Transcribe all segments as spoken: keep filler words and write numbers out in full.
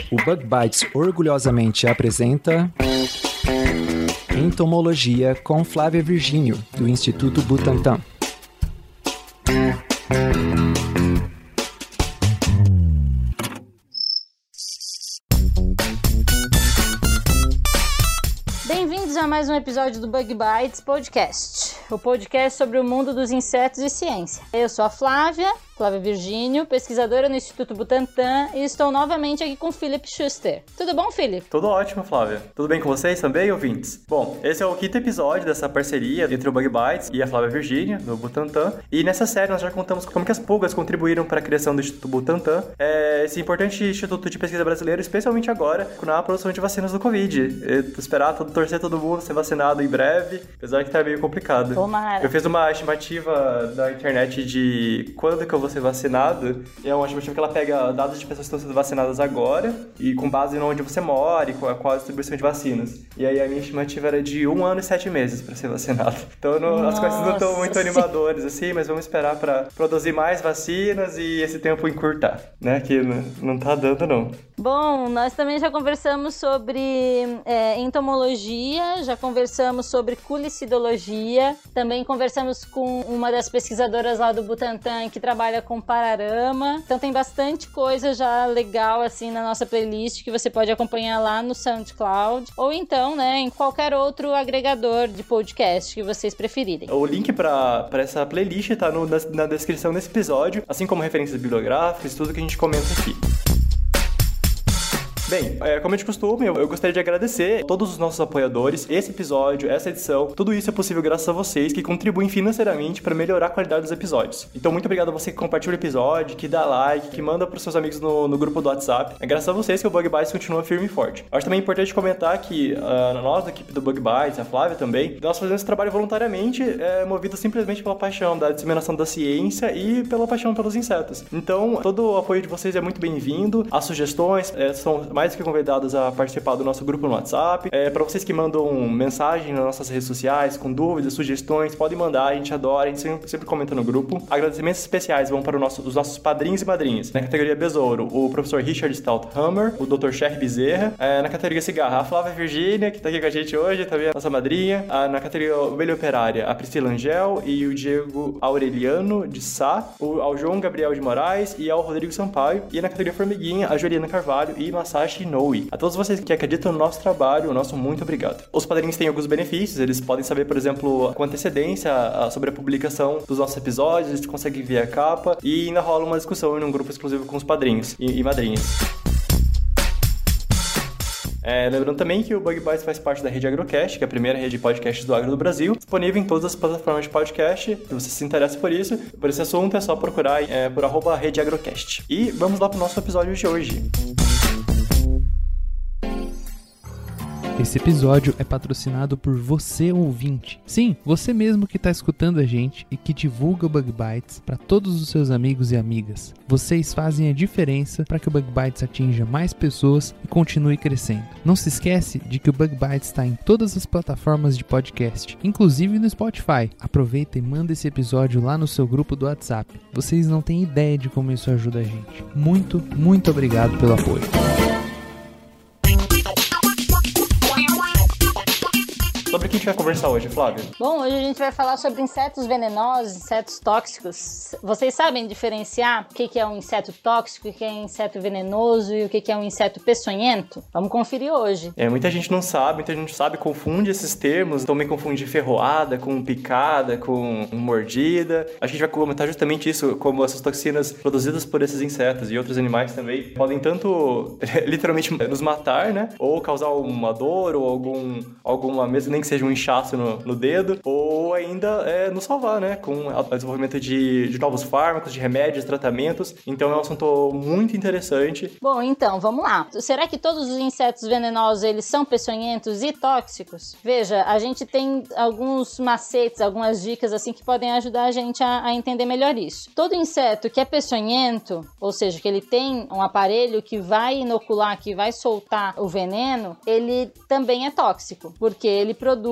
O Bug Bites orgulhosamente apresenta Entomologia com Flávia Virgínio, do Instituto Butantan. Bem-vindos a mais um episódio do Bug Bites Podcast, o podcast sobre o mundo dos insetos e ciência. Eu sou a Flávia, Flávia Virgínio, pesquisadora no Instituto Butantan, e estou novamente aqui com o Philip Schuster. Tudo bom, Philip? Tudo ótimo, Flávia. Tudo bem com vocês também, ouvintes? Bom, esse é o quinto episódio dessa parceria entre o Bug Bites e a Flávia Virgínio, do Butantan. E nessa série nós já contamos como que as pulgas contribuíram para a criação do Instituto Butantan, é, esse importante instituto de pesquisa brasileiro, especialmente agora, na produção de vacinas do Covid. Eu esperar, torcer todo mundo ser vacinado em breve, apesar que tá meio complicado. Tomara. Eu fiz uma estimativa da internet de quando que eu vou ser vacinado. É uma estimativa que ela pega dados de pessoas que estão sendo vacinadas agora e com base em onde você mora e qual, qual a distribuição de vacinas. E aí a minha estimativa era de um ano e sete meses para ser vacinado. Então não, as coisas não estão muito animadoras assim, mas vamos esperar para produzir mais vacinas e esse tempo encurtar, né? Que não, não tá dando não. Bom, nós também já conversamos sobre é, entomologia, já conversamos sobre culicidologia, também conversamos com uma das pesquisadoras lá do Butantan que trabalha com pararama. Então tem bastante coisa já legal assim na nossa playlist que você pode acompanhar lá no SoundCloud ou então, né, em qualquer outro agregador de podcast que vocês preferirem. O link para essa playlist tá no, na, na descrição desse episódio, assim como referências bibliográficas, tudo que a gente comenta aqui. Bem, é, como é de costume, eu, eu gostaria de agradecer a todos os nossos apoiadores. Esse episódio, essa edição, tudo isso é possível graças a vocês que contribuem financeiramente para melhorar a qualidade dos episódios. Então, muito obrigado a você que compartilha o episódio, que dá like, que manda para os seus amigos no, no grupo do WhatsApp. É graças a vocês que o Bug Bites continua firme e forte. Acho também importante comentar que uh, nós, da equipe do Bug Bites, a Flávia também, nós fazemos esse trabalho voluntariamente, é, movido simplesmente pela paixão da disseminação da ciência e pela paixão pelos insetos. Então, todo o apoio de vocês é muito bem-vindo. As sugestões é, são mais do que convidados a participar do nosso grupo no WhatsApp. É, para vocês que mandam mensagem nas nossas redes sociais, com dúvidas, sugestões, podem mandar, a gente adora, a gente sempre, sempre comenta no grupo. Agradecimentos especiais vão para o nosso, os nossos padrinhos e madrinhas. Na categoria Besouro, o professor Richard Stouthammer, o doutor Cher Bezerra. É, na categoria Cigarra, a Flávia Virgínia, que está aqui com a gente hoje, também a nossa madrinha. Ah, na categoria Ovelha Operária, a Priscila Angel e o Diego Aureliano de Sá, o, ao João Gabriel de Moraes e ao Rodrigo Sampaio. E na categoria Formiguinha, a Juliana Carvalho e Masashi Inoue. A todos vocês que acreditam no nosso trabalho, o nosso muito obrigado. Os padrinhos têm alguns benefícios, eles podem saber, por exemplo, com antecedência sobre a publicação dos nossos episódios, eles conseguem ver a capa e ainda rola uma discussão em um grupo exclusivo com os padrinhos e, e madrinhas. É, lembrando também que o Bug Bites faz parte da Rede Agrocast, que é a primeira rede de podcasts do agro do Brasil, disponível em todas as plataformas de podcast. Se você se interessa por isso, por esse assunto, é só procurar é, por arroba Rede Agrocast. E vamos lá para o nosso episódio de hoje. Esse episódio é patrocinado por você, ouvinte. Sim, você mesmo que está escutando a gente e que divulga o Bug Bites para todos os seus amigos e amigas. Vocês fazem a diferença para que o Bug Bites atinja mais pessoas e continue crescendo. Não se esquece de que o Bug Bites está em todas as plataformas de podcast, inclusive no Spotify. Aproveita e manda esse episódio lá no seu grupo do WhatsApp. Vocês não têm ideia de como isso ajuda a gente. Muito, muito obrigado pelo apoio. Sobre o que a gente vai conversar hoje, Flávia? Bom, hoje a gente vai falar sobre insetos venenosos, insetos tóxicos. Vocês sabem diferenciar o que é um inseto tóxico, o que é um inseto venenoso e o que é um inseto peçonhento? Vamos conferir hoje. É, muita gente não sabe, muita gente sabe, confunde esses termos, também confunde ferroada com picada, com mordida. A gente vai comentar justamente isso, como essas toxinas produzidas por esses insetos e outros animais também podem tanto, literalmente, nos matar, né? Ou causar uma dor ou algum, alguma mesmo nem que seja um inchaço no, no dedo, ou ainda é, nos salvar, né? Com o desenvolvimento de, de novos fármacos, de remédios, tratamentos. Então é um assunto muito interessante. Bom, então, vamos lá. Será que todos os insetos venenosos, eles são peçonhentos e tóxicos? Veja, a gente tem alguns macetes, algumas dicas assim que podem ajudar a gente a, a entender melhor isso. Todo inseto que é peçonhento, ou seja, que ele tem um aparelho que vai inocular, que vai soltar o veneno, ele também é tóxico, porque ele produz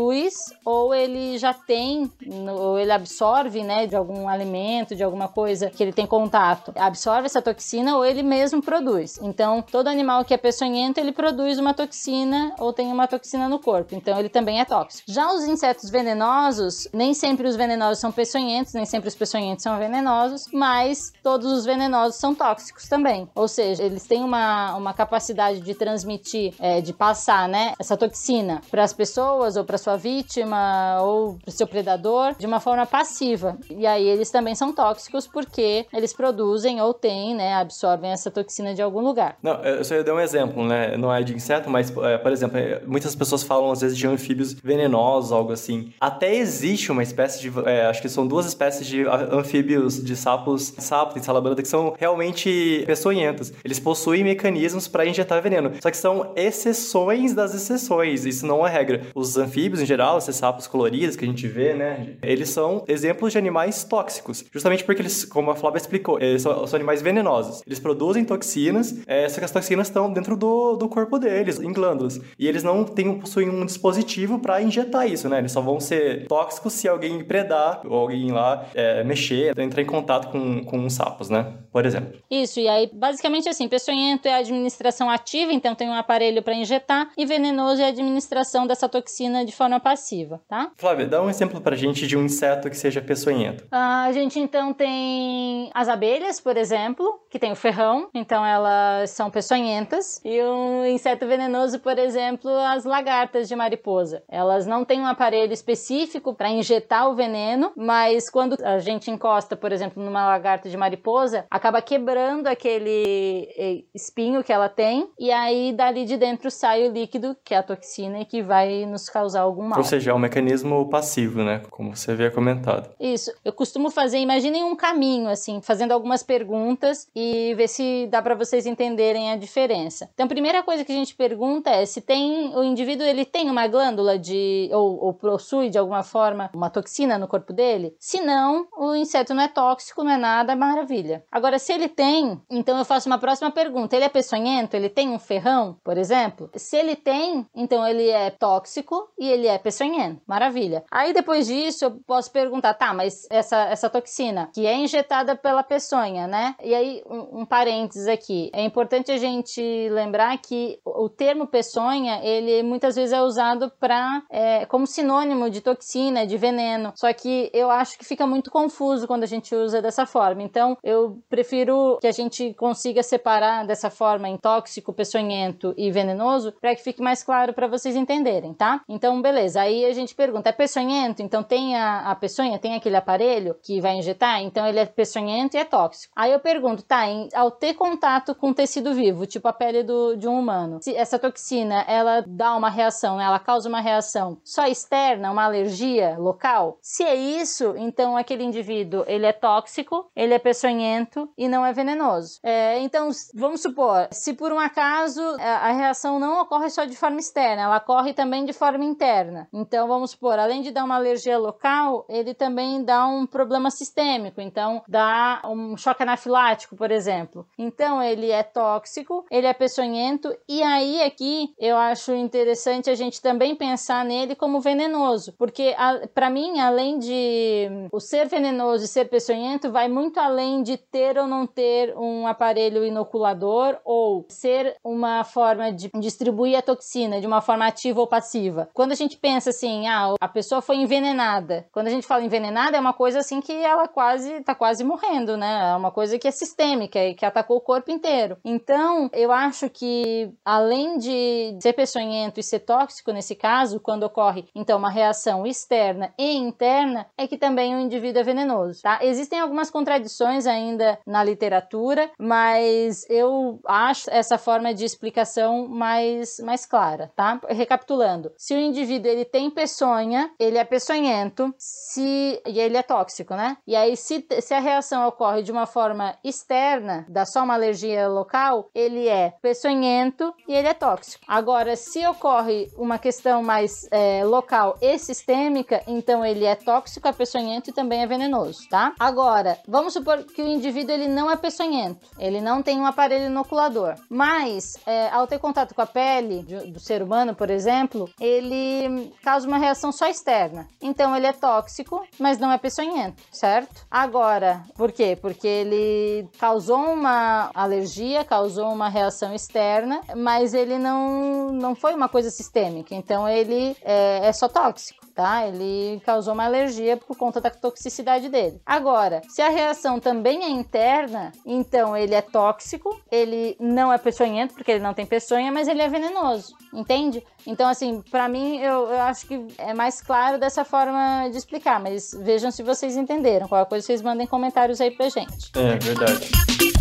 produz ou ele já tem, ou ele absorve, né, de algum alimento, de alguma coisa que ele tem contato, absorve essa toxina ou ele mesmo produz. Então, todo animal que é peçonhento, ele produz uma toxina ou tem uma toxina no corpo. Então, ele também é tóxico. Já os insetos venenosos, nem sempre os venenosos são peçonhentos, nem sempre os peçonhentos são venenosos, mas todos os venenosos são tóxicos também. Ou seja, eles têm uma, uma capacidade de transmitir, é, de passar, né, essa toxina para as pessoas ou para sua vítima ou para o seu predador de uma forma passiva. E aí eles também são tóxicos porque eles produzem ou têm, né, absorvem essa toxina de algum lugar. Não, eu só ia dar um exemplo, né? Não é de inseto, mas, é, por exemplo, muitas pessoas falam às vezes de anfíbios venenosos, algo assim. Até existe uma espécie de, é, acho que são duas espécies de anfíbios, de sapos, sapo e salabranda, que são realmente peçonhentos. Eles possuem mecanismos para injetar veneno, só que são exceções das exceções, isso não é regra. Os anfíbios, em geral, esses sapos coloridos que a gente vê, né, eles são exemplos de animais tóxicos, justamente porque eles, como a Flávia explicou, eles são, são animais venenosos. Eles produzem toxinas, é, só que as toxinas estão dentro do, do corpo deles, em glândulas, e eles não têm, possuem um dispositivo para injetar isso, né, eles só vão ser tóxicos se alguém predar, ou alguém lá é, mexer, entrar em contato com, com os sapos, né, por exemplo. Isso, e aí, basicamente assim, peçonhento é a administração ativa, então tem um aparelho para injetar, e venenoso é a administração dessa toxina de forma passiva, tá? Flávia, dá um exemplo pra gente de um inseto que seja peçonhento. A gente, então, tem as abelhas, por exemplo, que tem o ferrão, então elas são peçonhentas, e um inseto venenoso, por exemplo, as lagartas de mariposa. Elas não têm um aparelho específico para injetar o veneno, mas quando a gente encosta, por exemplo, numa lagarta de mariposa, acaba quebrando aquele espinho que ela tem, e aí dali de dentro sai o líquido, que é a toxina, e que vai nos causar algum mal. Ou seja, é um mecanismo passivo, né? Como você havia comentado. Isso. Eu costumo fazer, imaginem um caminho, assim, fazendo algumas perguntas e ver se dá para vocês entenderem a diferença. Então, a primeira coisa que a gente pergunta é se tem, o indivíduo, ele tem uma glândula de, ou, ou possui de alguma forma uma toxina no corpo dele? Se não, o inseto não é tóxico, não é nada, maravilha. Agora, se ele tem, então eu faço uma próxima pergunta. Ele é peçonhento? Ele tem um ferrão, por exemplo? Se ele tem, então ele é tóxico e ele é peçonhento. Maravilha. Aí depois disso eu posso perguntar, tá, mas essa, essa toxina que é injetada pela peçonha, né? E aí um, um parênteses aqui. É importante a gente lembrar que o termo peçonha, ele muitas vezes é usado pra, é, como sinônimo de toxina, de veneno. Só que eu acho que fica muito confuso quando a gente usa dessa forma. Então eu prefiro que a gente consiga separar dessa forma em tóxico, peçonhento e venenoso, para que fique mais claro para vocês entenderem, tá? Então, beleza. Aí a gente pergunta, é peçonhento? Então tem a, a peçonha, tem aquele aparelho que vai injetar? Então ele é peçonhento e é tóxico. Aí eu pergunto, tá, em, ao ter contato com tecido vivo, tipo a pele do, de um humano, se essa toxina, ela dá uma reação, né? Ela causa uma reação só externa, uma alergia local? Se é isso, então aquele indivíduo, ele é tóxico, ele é peçonhento e não é venenoso. É, então, vamos supor, se por um acaso a, a reação não ocorre só de forma externa, ela ocorre também de forma interna. Então, vamos supor, além de dar uma alergia local, ele também dá um problema sistêmico. Então, dá um choque anafilático, por exemplo. Então, ele é tóxico, ele é peçonhento, e aí aqui eu acho interessante a gente também pensar nele como venenoso, porque para mim, além de o ser venenoso e ser peçonhento, vai muito além de ter ou não ter um aparelho inoculador ou ser uma forma de distribuir a toxina de uma forma ativa ou passiva. Quando a gente pensa assim, ah, a pessoa foi envenenada. Quando a gente fala envenenada, é uma coisa assim que ela quase, tá quase morrendo, né? É uma coisa que é sistêmica e que atacou o corpo inteiro. Então, eu acho que além de ser peçonhento e ser tóxico nesse caso, quando ocorre, então, uma reação externa e interna, é que também o indivíduo é venenoso, tá? Existem algumas contradições ainda na literatura, mas eu acho essa forma de explicação mais, mais clara, tá? Recapitulando, se o indivíduo ele tem peçonha, ele é peçonhento, se, e ele é tóxico, né? E aí, se, se a reação ocorre de uma forma externa, dá só uma alergia local, ele é peçonhento e ele é tóxico. Agora, se ocorre uma questão mais é, local e sistêmica, então ele é tóxico, é peçonhento e também é venenoso, tá? Agora, vamos supor que o indivíduo ele não é peçonhento, ele não tem um aparelho inoculador, mas é, ao ter contato com a pele de, do ser humano, por exemplo, ele ele causa uma reação só externa. Então ele é tóxico, mas não é peçonhento, certo? Agora, por quê? Porque ele causou uma alergia, causou uma reação externa, mas ele não, não foi uma coisa sistêmica. Então ele é, é só tóxico. Tá? Ele causou uma alergia por conta da toxicidade dele. Agora, se a reação também é interna, então ele é tóxico, ele não é peçonhento, porque ele não tem peçonha, mas ele é venenoso, entende? Então, assim, pra mim, eu, eu acho que é mais claro dessa forma de explicar, mas vejam se vocês entenderam. Qualquer coisa, vocês mandem comentários aí pra gente. É, verdade.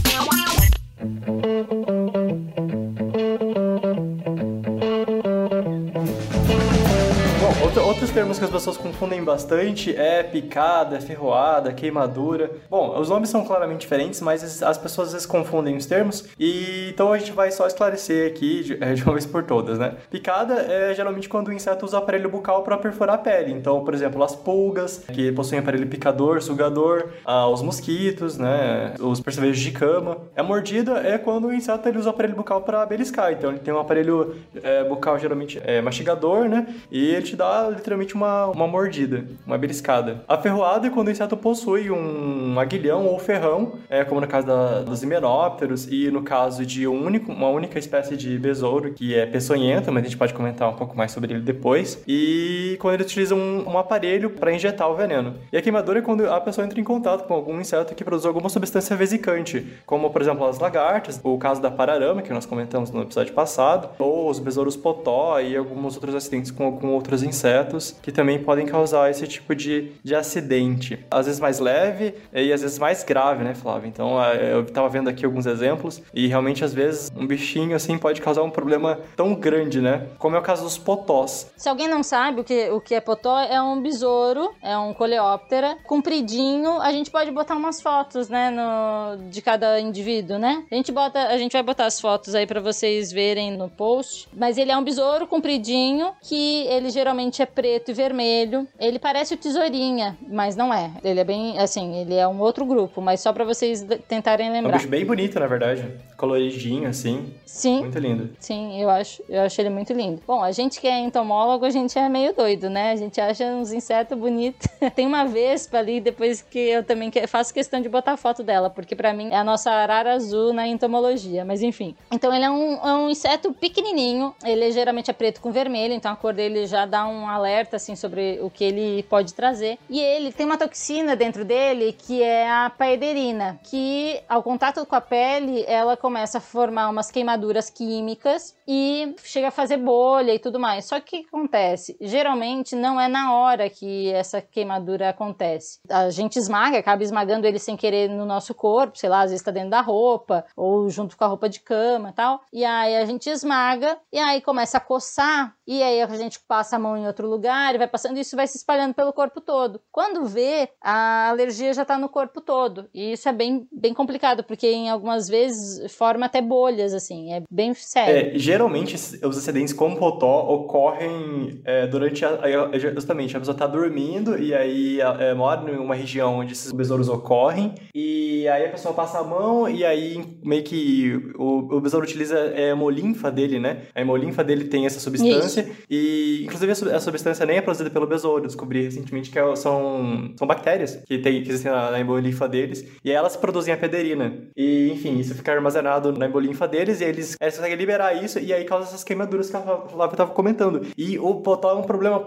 Outros termos que as pessoas confundem bastante é picada, ferroada, queimadura. Bom, os nomes são claramente diferentes, mas as pessoas às vezes confundem os termos, e então a gente vai só esclarecer aqui de, de uma vez por todas, né? Picada é geralmente quando o inseto usa o aparelho bucal para perfurar a pele. Então, por exemplo, as pulgas, que possuem aparelho picador, sugador, ah, os mosquitos, né? Os percevejos de cama. A mordida é quando o inseto ele usa o aparelho bucal para beliscar. Então, ele tem um aparelho é, bucal geralmente é, mastigador, né? E ele te dá literalmente uma, uma mordida, uma beliscada. A ferroada é quando o inseto possui um aguilhão ou ferrão, é, como no caso da, dos himenópteros e no caso de um único, uma única espécie de besouro, que é peçonhento, mas a gente pode comentar um pouco mais sobre ele depois. E quando ele utiliza um, um aparelho para injetar o veneno. E a queimadura é quando a pessoa entra em contato com algum inseto que produz alguma substância vesicante, como, por exemplo, as lagartas, o caso da pararama, que nós comentamos no episódio passado, ou os besouros potó e alguns outros acidentes com alguns outros insetos, que também podem causar esse tipo de, de acidente. Às vezes mais leve e às vezes mais grave, né, Flávio? Então, eu tava vendo aqui alguns exemplos e realmente, às vezes, um bichinho assim pode causar um problema tão grande, né? Como é o caso dos potós. Se alguém não sabe o que, o que é potó, é um besouro, é um coleóptera, compridinho. A gente pode botar umas fotos, né, no, de cada indivíduo, né? A gente, bota, a gente vai botar as fotos aí pra vocês verem no post. Mas ele é um besouro compridinho, que ele geralmente é preto e vermelho. Ele parece o tesourinha, mas não é. Ele é bem, assim, ele é um outro grupo, mas só pra vocês tentarem lembrar. É um bicho bem bonito, na verdade. Coloridinho, assim. Sim. Muito lindo. Sim, eu acho, eu acho ele muito lindo. Bom, a gente que é entomólogo, a gente é meio doido, né? A gente acha uns insetos bonitos. Tem uma vespa ali, depois que eu também faço questão de botar foto dela, porque pra mim é a nossa arara azul na entomologia, mas enfim. Então ele é um, é um inseto pequenininho, ele geralmente é preto com vermelho, então a cor dele já dá um alerta, assim, sobre o que ele pode trazer. E ele tem uma toxina dentro dele, que é a paederina, que ao contato com a pele, ela começa a formar umas queimaduras químicas e chega a fazer bolha e tudo mais. Só que o que acontece? Geralmente não é na hora que essa queimadura acontece. A gente esmaga, acaba esmagando ele sem querer no nosso corpo, sei lá, às vezes tá dentro da roupa ou junto com a roupa de cama e tal. E aí a gente esmaga e aí começa a coçar e aí a gente passa a mão em outro lugar e vai passando, isso vai se espalhando pelo corpo todo. Quando vê, a alergia já tá no corpo todo. E isso é bem, bem complicado, porque em algumas vezes forma até bolhas, assim, é bem sério. É, geralmente os acidentes com potó ocorrem é, durante a, a, justamente a pessoa tá dormindo e aí é, mora em uma região onde esses besouros ocorrem e aí a pessoa passa a mão e aí meio que o, o besouro utiliza a hemolinfa dele, né? A hemolinfa dele tem essa substância. Isso. E inclusive a substância nem é produzida pelo besouro. Eu descobri recentemente que são, são bactérias que, tem, que existem na, na hemolinfa deles e aí elas produzem a pederina. E enfim, isso fica armazenado na hemolinfa deles e eles, eles conseguem liberar isso e aí causa essas queimaduras que a Flávia estava comentando. E o potó é um problema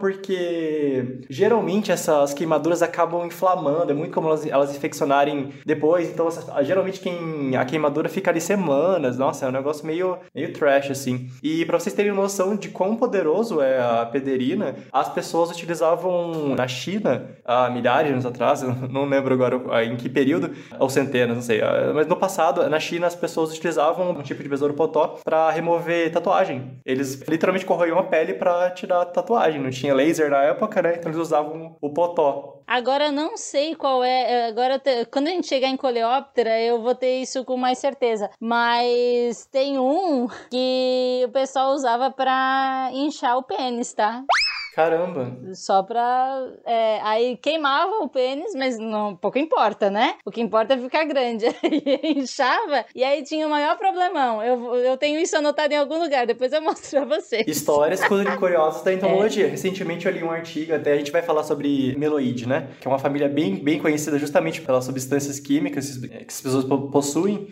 porque geralmente essas queimaduras acabam inflamando, é muito comum elas, elas infeccionarem depois, então geralmente quem, a queimadura fica ali semanas. Nossa, é um negócio meio, meio trash assim. E pra vocês terem noção de quão poderoso é a pederina, as pessoas utilizavam na China há milhares de anos atrás, eu não lembro agora em que período, ou centenas, não sei, mas no passado, na China, as pessoas utilizavam um tipo de besouro potó pra remover tatuagem. Eles literalmente corroiam a pele pra tirar a tatuagem, não tinha laser na época, né, então eles usavam o potó. Agora, não sei qual é, agora te, quando a gente chegar em coleóptera, eu vou ter isso com mais certeza, mas tem um que o pessoal usava pra inchar o pênis, tá? Caramba! Só pra... É, aí queimava o pênis, mas não, pouco importa, né? O que importa é ficar grande. Aí inchava, e aí tinha o maior problemão. Eu, eu tenho isso anotado em algum lugar, depois eu mostro pra vocês. Histórias curiosas da entomologia. É. Recentemente eu li um artigo, até a gente vai falar sobre meloide, né? Que é uma família bem, bem conhecida justamente pelas substâncias químicas que as pessoas possuem.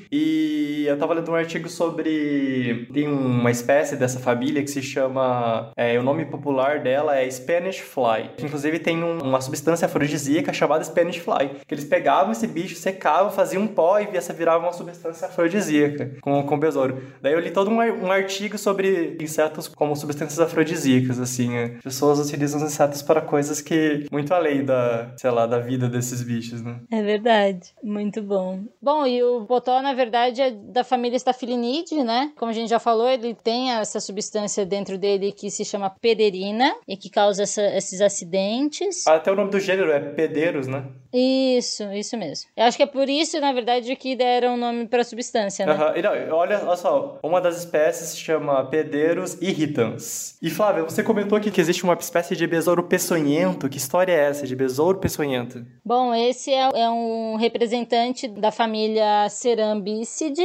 E eu tava lendo um artigo sobre... Tem uma espécie dessa família que se chama... É, o nome popular dela é Spanish Fly. Inclusive tem um, uma substância afrodisíaca chamada Spanish Fly. Que eles pegavam esse bicho, secavam, faziam um pó e essa virava uma substância afrodisíaca com, com besouro. Daí eu li todo um, um artigo sobre insetos como substâncias afrodisíacas, assim. Né? As pessoas utilizam os insetos para coisas que... Muito além da, sei lá, da vida desses bichos, né? É verdade. Muito bom. Bom, e o Potó, na verdade, é da família Staphylinidae, né? Como a gente já falou, ele tem essa substância dentro dele que se chama pederina e que causa essa, esses acidentes. Até o nome do gênero é Pederus, né? Isso, isso mesmo. Eu acho que é por isso, na verdade, que deram o nome para a substância, né? Uhum. E não, olha, olha só, uma das espécies se chama Pederus irritans. E Flávia, você comentou aqui que existe uma espécie de besouro peçonhento. Que história é essa de besouro peçonhento? Bom, esse é, é um representante da família Cerambicidae.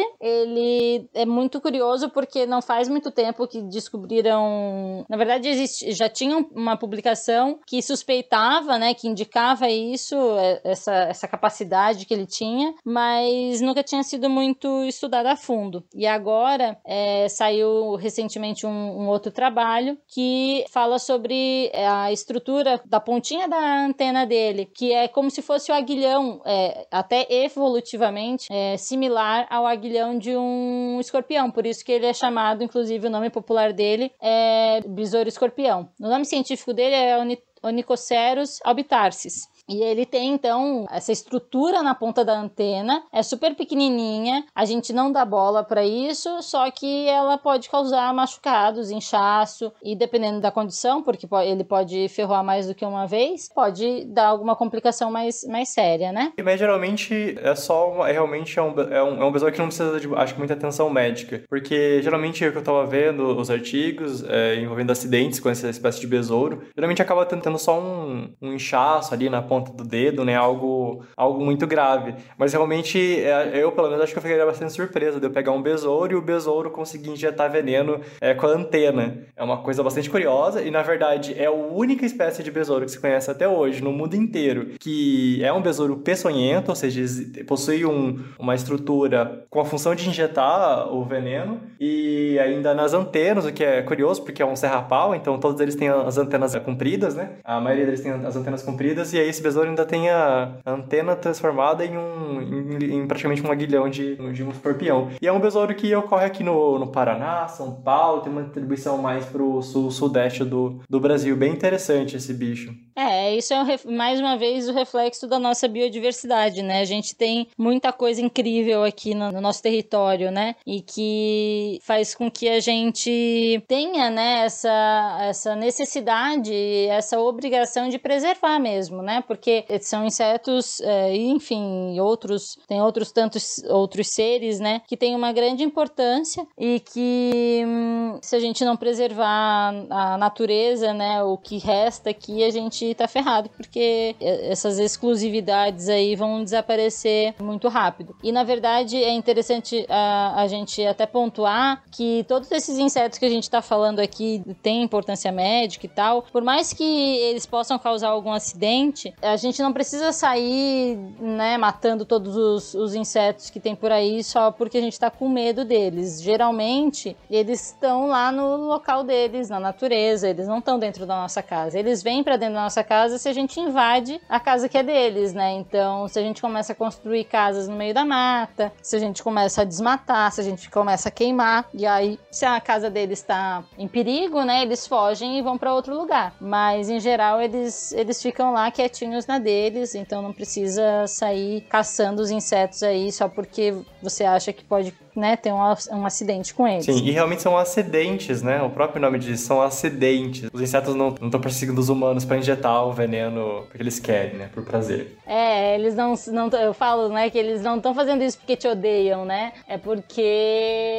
Ele é muito curioso porque não faz muito tempo que descobriram... Na verdade, existe, já tinha uma publicação que suspeitava, né, que indicava isso, essa, essa capacidade que ele tinha, mas nunca tinha sido muito estudada a fundo. E agora é, saiu recentemente um, um outro trabalho que fala sobre a estrutura da pontinha da antena dele, que é como se fosse o aguilhão, é, até evolutivamente, é, similar ao aguilhão de um escorpião. Por isso que ele é chamado, inclusive o nome popular dele é besouro escorpião. O nome científico dele é Onychocerus albitarsis. E ele tem, então, essa estrutura na ponta da antena, é super pequenininha, a gente não dá bola para isso, só que ela pode causar machucados, inchaço, e dependendo da condição, porque ele pode ferroar mais do que uma vez, pode dar alguma complicação mais, mais séria, né? Mas geralmente é só, uma, é, realmente é um, é, um, é um besouro que não precisa de, acho, muita atenção médica, porque geralmente o que eu tava vendo, os artigos é, envolvendo acidentes com essa espécie de besouro, geralmente acaba tendo só um, um inchaço ali na ponta ponta do dedo, né, algo, algo muito grave, mas realmente eu, pelo menos, acho que eu ficaria bastante surpresa de eu pegar um besouro e o besouro conseguir injetar veneno é, com a antena. É uma coisa bastante curiosa e, na verdade, é a única espécie de besouro que se conhece até hoje no mundo inteiro que é um besouro peçonhento, ou seja, possui um, uma estrutura com a função de injetar o veneno e ainda nas antenas, o que é curioso porque é um serra-pau, então todos eles têm as antenas compridas, né? A maioria deles tem as antenas compridas e aí esse besouro ainda tem a antena transformada em, um, em, em praticamente um aguilhão de, de um escorpião. E é um besouro que ocorre aqui no, no Paraná, São Paulo, tem uma distribuição mais pro sul, sudeste do, do Brasil. Bem interessante esse bicho. É, isso é um, mais uma vez o reflexo da nossa biodiversidade, né? A gente tem muita coisa incrível aqui no, no nosso território, né? E que faz com que a gente tenha, né, essa, essa necessidade, essa obrigação de preservar mesmo, né? Porque são insetos, é, enfim, outros, tem outros tantos outros seres, né, que têm uma grande importância e que hum, se a gente não preservar a natureza, né, o que resta aqui, a gente tá ferrado, porque essas exclusividades aí vão desaparecer muito rápido. E, na verdade, é interessante a, a gente até pontuar que todos esses insetos que a gente tá falando aqui têm importância médica e tal, por mais que eles possam causar algum acidente, a gente não precisa sair, né, matando todos os, os insetos que tem por aí só porque a gente tá com medo deles. Geralmente, eles estão lá no local deles, na natureza, eles não estão dentro da nossa casa. Eles vêm pra dentro da nossa casa se a gente invade a casa que é deles, né? Então, se a gente começa a construir casas no meio da mata, se a gente começa a desmatar, se a gente começa a queimar, e aí, se a casa deles está em perigo, né, eles fogem e vão pra outro lugar. Mas, em geral, eles, eles ficam lá quietinhos na deles, então não precisa sair caçando os insetos aí só porque você acha que pode, né, ter um, um acidente com eles. Sim, e realmente são acidentes, né? O próprio nome diz, são acidentes. Os insetos não estão perseguindo os humanos para injetar o veneno porque eles querem, né? Por prazer. É, eles não, não eu falo, né, que eles não estão fazendo isso porque te odeiam, né? É porque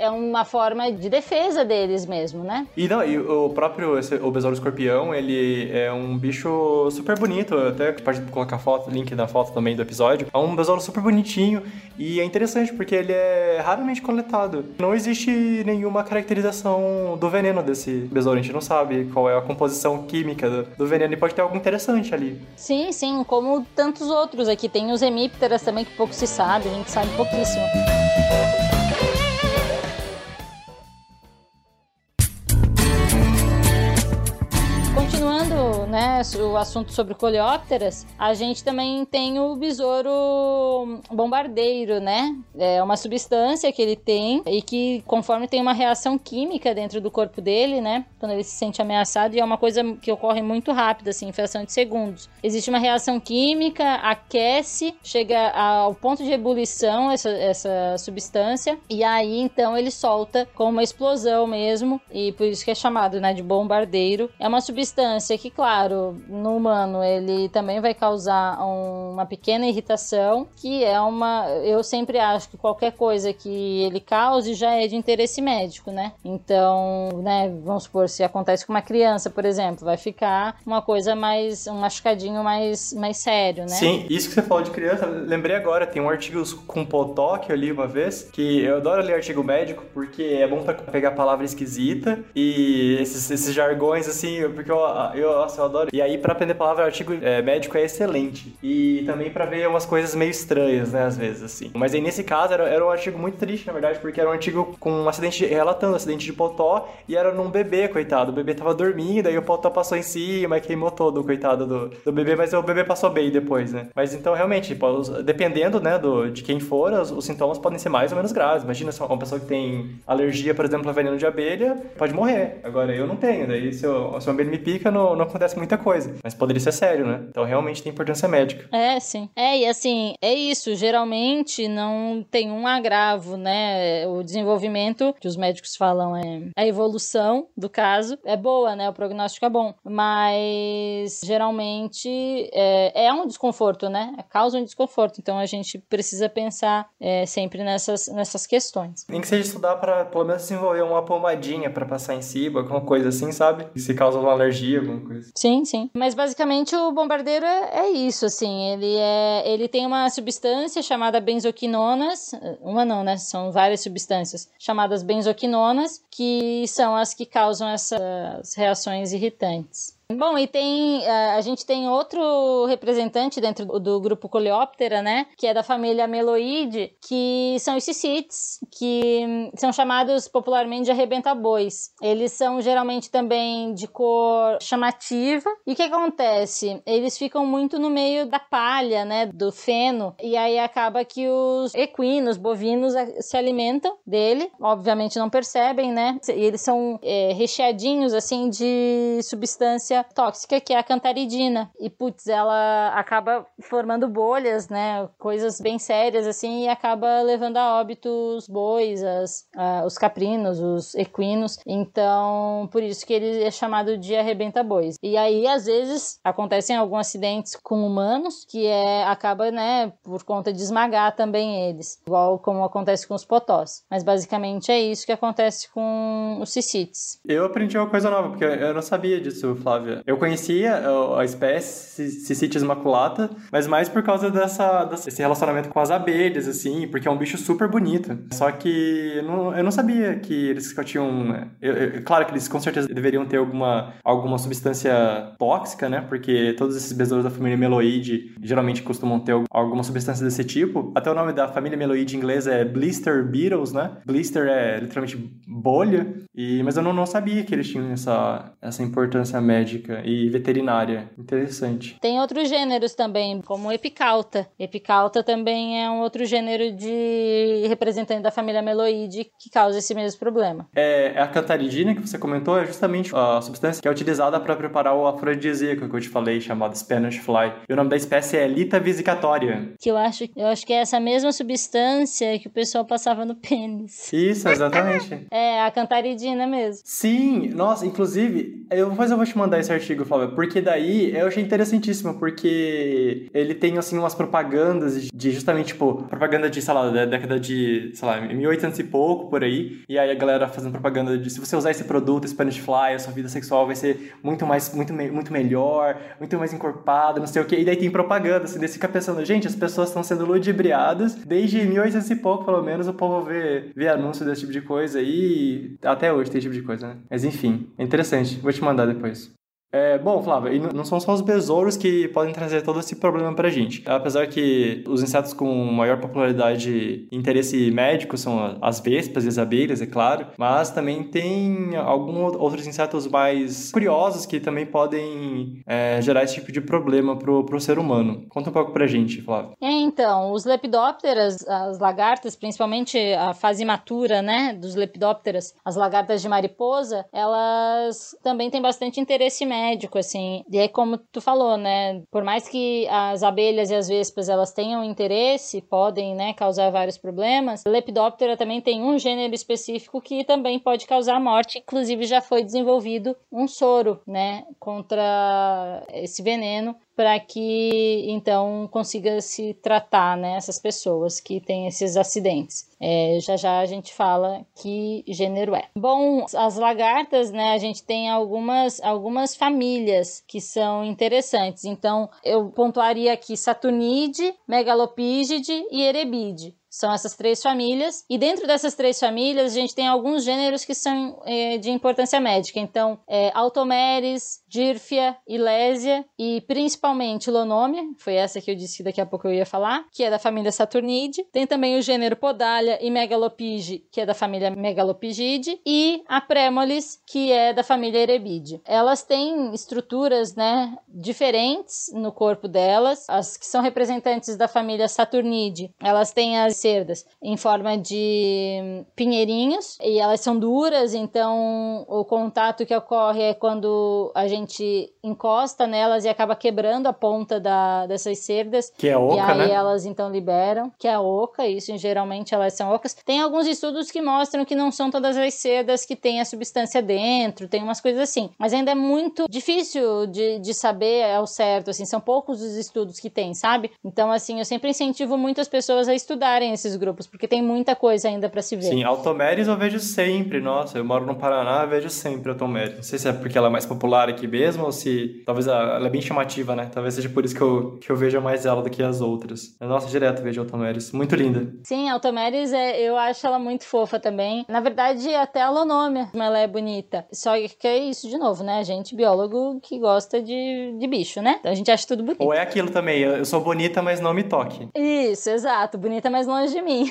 é uma forma de defesa deles mesmo, né? E, não, e o próprio esse, o besouro escorpião, ele é um bicho super bonito, até pode colocar foto, link na foto também do episódio. É um besouro super bonitinho e é interessante porque ele é raramente coletado. Não existe nenhuma caracterização do veneno desse besouro, a gente não sabe qual é a composição química do, do veneno e pode ter algo interessante ali. Sim, sim, como tantos outros aqui. Tem os hemípteras também que pouco se sabe, a gente sabe pouquíssimo. Continuando, né, o assunto sobre coleópteras, a gente também tem o besouro bombardeiro, né? É uma substância que ele tem e que, conforme tem uma reação química dentro do corpo dele, né? Quando ele se sente ameaçado, e é uma coisa que ocorre muito rápido, assim, em fração de segundos. Existe uma reação química, aquece, chega ao ponto de ebulição essa, essa substância, e aí, então, ele solta com uma explosão mesmo, e por isso que é chamado, né, de bombardeiro. É uma substância que, claro, no humano ele também vai causar um, uma pequena irritação, que é uma... Eu sempre acho que qualquer coisa que ele cause já é de interesse médico, né? Então, né, vamos supor, se acontece com uma criança, por exemplo, vai ficar uma coisa mais... um machucadinho mais, mais sério, né? Sim, isso que você falou de criança, lembrei agora, tem um artigo com Potó que eu li uma vez, que eu adoro ler artigo médico, porque é bom pra pegar palavra esquisita e esses, esses jargões, assim, porque eu, eu, nossa, eu adoro. E aí, pra aprender palavra, o artigo é, médico é excelente. E também pra ver umas coisas meio estranhas, né, às vezes, assim. Mas aí, nesse caso, era, era um artigo muito triste, na verdade, porque era um artigo com um acidente, relatando um acidente de Potó, e era num bebê, coitado. O bebê tava dormindo, aí o Potó passou em cima e queimou todo o coitado do, do bebê, mas o bebê passou bem depois, né. Mas então, realmente, tipo, dependendo, né, do, de quem for, os, os sintomas podem ser mais ou menos graves. Imagina se uma pessoa que tem alergia, por exemplo, a veneno de abelha, pode morrer. Agora, eu não tenho, daí se, eu, se uma abelha me pica, não, não acontece muita coisa. Mas poderia ser sério, né? Então, realmente tem importância médica. É, sim. É, e assim, é isso. Geralmente não tem um agravo, né? O desenvolvimento, que os médicos falam é a evolução do caso, é boa, né? O prognóstico é bom. Mas, geralmente, é, é um desconforto, né? Causa um desconforto. Então, a gente precisa pensar é, sempre nessas, nessas questões. Nem que seja estudar pra, pelo menos, desenvolver uma pomadinha pra passar em cima, alguma coisa assim, sabe? Se causa uma alergia, alguma coisa. Sim, sim. Mas, basicamente, o bombardeiro é, é isso, assim. Ele, é, ele tem uma substância chamada benzoquinonas. Uma não, né? São várias substâncias chamadas benzoquinonas, que são as que causam essas reações irritantes. Bom, e tem, a gente tem outro representante dentro do grupo Coleóptera, né, que é da família Meloide, que são os cicites, que são chamados popularmente de arrebenta-bois. Eles são geralmente também de cor chamativa. E o que acontece? Eles ficam muito no meio da palha, né, do feno, e aí acaba que os equinos, bovinos, se alimentam dele, obviamente não percebem, né, e eles são é, recheadinhos, assim, de substância tóxica, que é a cantaridina. E, putz, ela acaba formando bolhas, né? Coisas bem sérias, assim, e acaba levando a óbito os bois, as, a, os caprinos, os equinos. Então, por isso que ele é chamado de arrebenta-bois. E aí, às vezes, acontecem alguns acidentes com humanos, que é, acaba, né, por conta de esmagar também eles. Igual como acontece com os potós. Mas, basicamente, é isso que acontece com os cicites. Eu aprendi uma coisa nova, porque eu não sabia disso, Flávia. Eu conhecia a espécie Cicites maculata, mas mais por causa dessa, desse relacionamento com as abelhas, assim, porque é um bicho super bonito. Só que eu não, eu não sabia que eles tinham... Eu, eu, claro que eles com certeza deveriam ter alguma, alguma substância tóxica, né? Porque todos esses besouros da família Meloide geralmente costumam ter alguma substância desse tipo. Até o nome da família Meloide em inglês é Blister Beetles, né? Blister é literalmente bolha. E, mas eu não, não sabia que eles tinham essa, essa importância médica e veterinária. Interessante. Tem outros gêneros também, como Epicauta. Epicauta também é um outro gênero de representante da família Meloide que causa esse mesmo problema. É, a cantaridina que você comentou é justamente a substância que é utilizada para preparar o afrodisíaco que eu te falei, chamado Spanish Fly. E o nome da espécie é Lita vesicatória. Que eu acho, eu acho que é essa mesma substância que o pessoal passava no pênis. Isso, exatamente. É, a cantaridina mesmo. Sim, nossa, inclusive, Eu, depois eu vou te mandar esse artigo, Flávia, porque daí eu achei interessantíssimo, porque ele tem, assim, umas propagandas de justamente, tipo, propaganda de, sei lá, da década de, sei lá, mil e oitocentos e pouco, por aí, e aí a galera fazendo propaganda de se você usar esse produto, Spanish Fly, a sua vida sexual vai ser muito mais, muito, muito melhor, muito mais encorpada, não sei o quê, e daí tem propaganda, assim, daí você fica pensando, gente, as pessoas estão sendo ludibriadas, desde mil e oitocentos e pouco, pelo menos, o povo vê, vê anúncio desse tipo de coisa, e até hoje tem esse tipo de coisa, né? Mas enfim, é interessante, vou te mandar depois. É, bom, Flávia, e não são só os besouros que podem trazer todo esse problema pra gente. Apesar que os insetos com maior popularidade e interesse médico são as vespas e as abelhas, é claro, mas também tem alguns outros insetos mais curiosos que também podem é, gerar esse tipo de problema pro, pro ser humano. Conta um pouco pra gente, Flávia. É, então, os lepidópteras, as lagartas, principalmente a fase imatura, né, dos lepidópteras, as lagartas de mariposa, elas também têm bastante interesse médico. médico, assim, e aí como tu falou, né, por mais que as abelhas e as vespas, elas tenham interesse, podem, né, causar vários problemas, Lepidoptera também tem um gênero específico que também pode causar morte, inclusive já foi desenvolvido um soro, né, contra esse veneno, para que, então, consiga se tratar, né, essas pessoas que têm esses acidentes. É, já já a gente fala que gênero é. Bom, as lagartas, né, a gente tem algumas, algumas famílias que são interessantes. Então, eu pontuaria aqui Saturnide, Megalopígide e Erebide. São essas três famílias, e dentro dessas três famílias a gente tem alguns gêneros que são é, de importância médica. Então, é, Altomeres, Dírfia, Ilésia e principalmente Lonomia, foi essa que eu disse que daqui a pouco eu ia falar, que é da família Saturnide. Tem também o gênero Podalia e Megalopige, que é da família Megalopigide, e a Prémolis, que é da família Erebide. Elas têm estruturas, né, diferentes no corpo delas. As que são representantes da família Saturnide, elas têm as cerdas em forma de pinheirinhos e elas são duras, então o contato que ocorre é quando a gente encosta nelas e acaba quebrando a ponta da, dessas cerdas. Que é oca, e aí né? elas então liberam, que é a oca, isso geralmente elas são ocas. Tem alguns estudos que mostram que não são todas as cerdas que têm a substância dentro, tem umas coisas assim, mas ainda é muito difícil de, de saber ao certo, assim, são poucos os estudos que tem, sabe? Então, assim, eu sempre incentivo muito as pessoas a estudarem esses grupos, porque tem muita coisa ainda pra se ver. Sim, Altomeres eu vejo sempre, nossa, eu moro no Paraná, eu vejo sempre Altomeres. Não sei se é porque ela é mais popular aqui mesmo, ou se talvez ela, ela é bem chamativa, né? Talvez seja por isso que eu, que eu vejo mais ela do que as outras. Mas, nossa, direto vejo Altomeres, muito linda. Sim, a Altomeres, é, eu acho ela muito fofa também. Na verdade, até a Lonomia, ela é bonita. Só que é isso de novo, né? A gente, biólogo, que gosta de, de bicho, né? Então a gente acha tudo bonito. Ou é aquilo também, eu sou bonita, mas não me toque. Isso, exato. Bonita, mas longe de mim.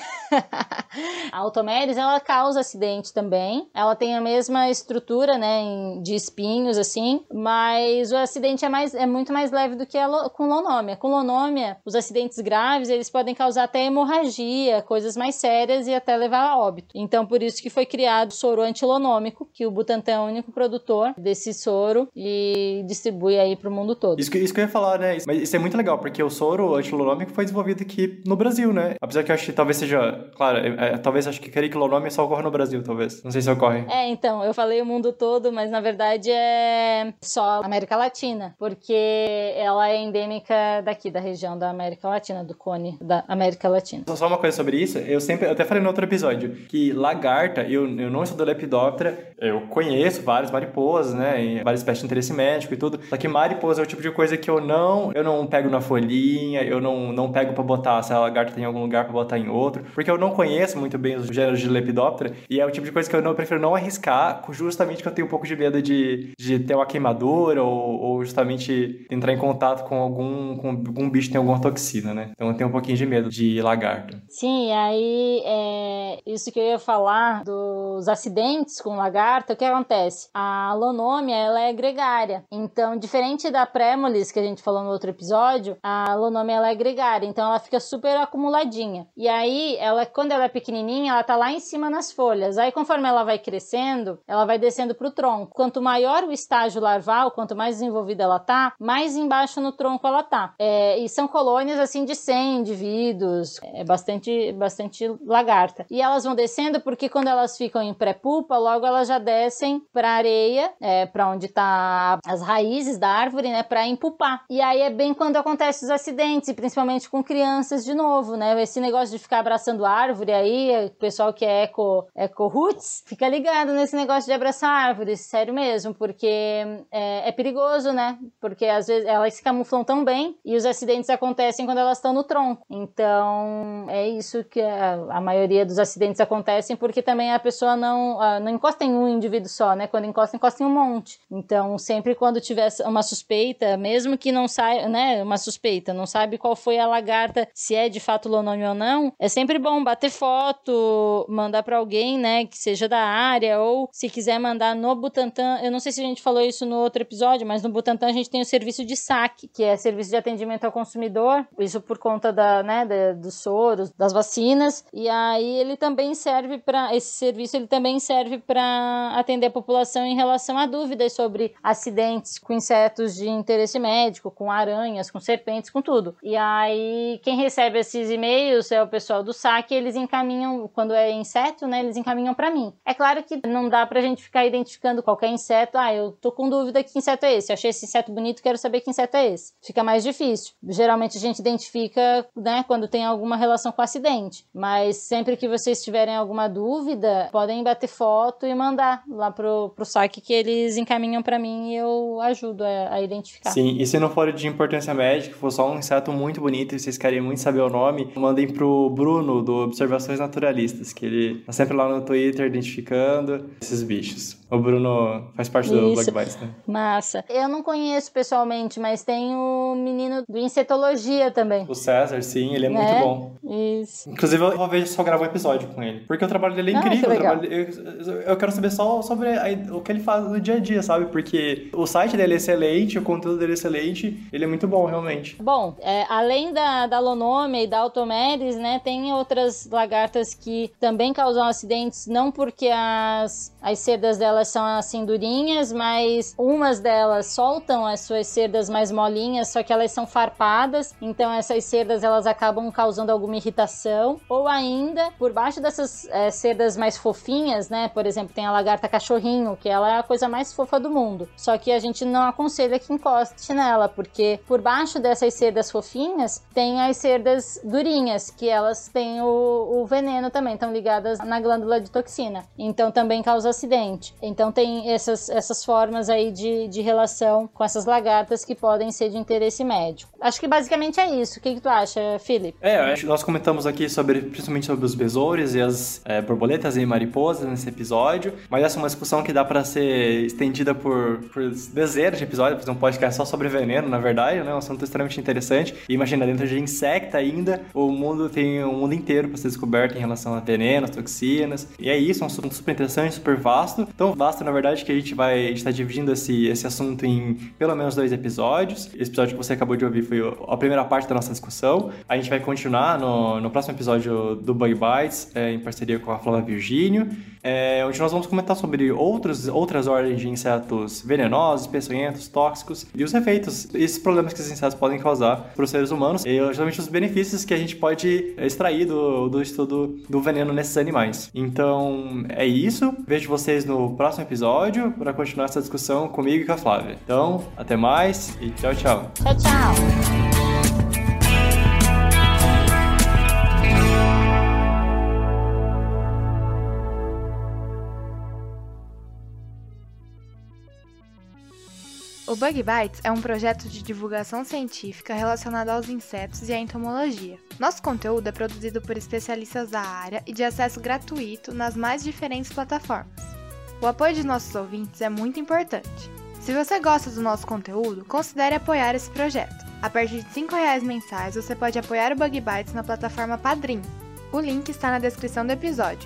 A Altomeres, ela causa acidente também. Ela tem a mesma estrutura, né, de espinhos, assim, mas o acidente é, mais, é muito mais leve do que a lo, com Lonomia. Com Lonomia, os acidentes graves, eles podem causar até hemorragia, coisas mais sérias e até levar a óbito. Então, por isso que foi criado o soro antilonômico, que o Butantan é o único produtor desse soro e distribui aí pro mundo todo. Isso que, isso que eu ia falar, né? Mas isso é muito legal, porque o soro antilonômico foi desenvolvido aqui no Brasil, né? Apesar que eu acho que talvez seja... Claro, é, é, talvez acho que quericlonômia só ocorre no Brasil, talvez. Não sei se ocorre. É, então, eu falei o mundo todo, mas na verdade é só América Latina, porque ela é endêmica daqui, da região da América Latina, do cone da América Latina. Só uma coisa sobre isso, eu sempre, eu até falei no outro episódio, que lagarta, eu, eu não estudo Lepidoptera, eu conheço várias mariposas, né, e várias espécies de interesse médico e tudo, só que mariposa é o tipo de coisa que eu não, eu não pego na folhinha, eu não, não pego pra botar, se a lagarta tem algum lugar pra botar em outro, porque eu não conheço muito bem os gêneros de Lepidoptera, e é o tipo de coisa que eu, não, eu prefiro não arriscar, justamente porque eu tenho um pouco de medo de, de ter uma queimadura ou, ou justamente entrar em contato com algum, com algum bicho que tem alguma toxina, né? Então eu tenho um pouquinho de medo de lagarta. Sim, e aí é isso que eu ia falar dos acidentes com lagarta, o que acontece? A Lonomia, ela é gregária, então diferente da Prémolis, que a gente falou no outro episódio, a Lonomia, ela é gregária, então ela fica super acumuladinha. E aí, ela, quando ela é pequenininha, ela tá lá em cima nas folhas. Aí, conforme ela vai crescendo, ela vai descendo pro tronco. Quanto maior o estágio larval, quanto mais desenvolvida ela tá, mais embaixo no tronco ela tá. É, e são colônias, assim, de cem indivíduos. É bastante, bastante lagarta. E elas vão descendo porque quando elas ficam em pré-pupa, logo elas já descem pra areia, é, pra onde tá as raízes da árvore, né, pra empupar. E aí é bem quando acontecem os acidentes, e principalmente com crianças de novo, né? Esse negócio de ficar abraçando árvore aí, o pessoal que é eco, eco roots, fica ligado nesse negócio de abraçar árvores, sério mesmo, porque é, é perigoso, né? Porque às vezes elas se camuflam tão bem e os acidentes acontecem quando elas estão no tronco. Então, é isso que a, a maioria dos acidentes acontecem, porque também a pessoa não, a, não encosta em um indivíduo só, né? Quando encosta, encosta em um monte. Então, sempre quando tiver uma suspeita, mesmo que não saia, né? Uma suspeita, não sabe qual foi a lagarta, se é de fato Lone ou não, é sempre bom bater foto, mandar pra alguém, né? Que seja da área, ou se quiser mandar no Butantan. Eu não sei se a gente falou isso no outro episódio, mas no Butantan a gente tem o serviço de S A C, que é serviço de atendimento ao consumidor, isso por conta da, né, da, dos soros, das vacinas, e aí ele também serve para esse serviço, ele também serve para atender a população em relação a dúvidas sobre acidentes com insetos de interesse médico, com aranhas, com serpentes, com tudo. E aí quem recebe esses e-mails é o pessoal do S A C, eles encaminham, quando é inseto, né, eles encaminham para mim. É claro que não dá pra gente ficar identificando qualquer inseto, ah, eu tô com dúvida que inseto é esse, eu achei esse inseto bonito, quero saber que inseto é esse. Fica mais difícil. Geralmente a gente identifica, né, quando tem alguma relação com acidente, mas sempre que vocês tiverem alguma dúvida, podem bater foto e mandar lá pro, pro S A C que eles encaminham pra mim e eu ajudo a, a identificar. Sim, e se não for de importância médica, for só um inseto muito bonito e vocês querem muito saber o nome, mandem pro Bruno, do Observações Naturalistas, que ele tá sempre lá no Twitter identificando esses bichos. O Bruno faz parte do Bug Bites, né? Massa. Eu não conheço pessoalmente, mas tem o menino do Insetologia também. O César, sim, ele é, é muito bom. Isso. Inclusive, eu vou ver se eu gravo um episódio com ele. Porque o trabalho dele é incrível. Ah, que legal. Eu, eu quero saber só sobre a, o que ele faz no dia a dia, sabe? Porque o site dele é excelente, o conteúdo dele é excelente, ele é muito bom, realmente. Bom, é, além da, da Lonomia e da Automeris, né, tem outras lagartas que também causam acidentes, não porque as, as cerdas delas são assim durinhas, mas umas delas soltam as suas cerdas mais molinhas, só que elas são farpadas, então essas cerdas elas acabam causando alguma irritação, ou ainda, por baixo dessas é, cerdas mais fofinhas, né, por exemplo, tem a lagarta cachorrinho, que ela é a coisa mais fofa do mundo, só que a gente não aconselha que encoste nela, porque por baixo dessas cerdas fofinhas tem as cerdas durinhas, que elas têm o, o veneno também, estão ligadas na glândula de toxina, então também causa acidente. Então tem essas, essas formas aí de, de relação com essas lagartas que podem ser de interesse médico. Acho que basicamente é isso. O que, que tu acha, Felipe? É, acho que nós comentamos aqui sobre, principalmente sobre os besouros e as é, borboletas e mariposas nesse episódio, mas essa é uma discussão que dá pra ser estendida por, por dezenas de episódios, fazer um podcast só sobre veneno, na verdade, né? Um assunto extremamente interessante. E imagina, dentro de insecta ainda, o mundo tem um mundo inteiro pra ser descoberto em relação a venenos, toxinas. E é isso, é um assunto super interessante, super vasto. Tão vasto, na verdade, que a gente vai estar dividindo esse, esse assunto em pelo menos dois episódios. Esse episódio que você acabou de ouvir foi a primeira parte da nossa discussão. A gente vai continuar no, no próximo episódio do Bug Bites, é, em parceria com a Flávia Virgínio, é, onde nós vamos comentar sobre outros, outras ordens de insetos venenosos, peçonhentos, tóxicos e os efeitos, esses problemas que esses insetos podem causar para os seres humanos e justamente os benefícios que a gente pode extrair do, do estudo do veneno nesses animais. Então, é isso. Vejo vocês no próximo episódio para continuar essa discussão comigo e com a Flávia. Então, até mais e tchau, tchau. Tchau, tchau. O Bug Bites é um projeto de divulgação científica relacionado aos insetos e à entomologia. Nosso conteúdo é produzido por especialistas da área e de acesso gratuito nas mais diferentes plataformas. O apoio de nossos ouvintes é muito importante. Se você gosta do nosso conteúdo, considere apoiar esse projeto. A partir de cinco reais mensais, você pode apoiar o Bug Bites na plataforma Padrim. O link está na descrição do episódio.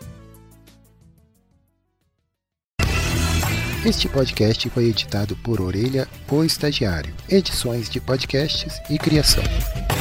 Este podcast foi editado por Orelha, o Estagiário. Edições de podcasts e criação.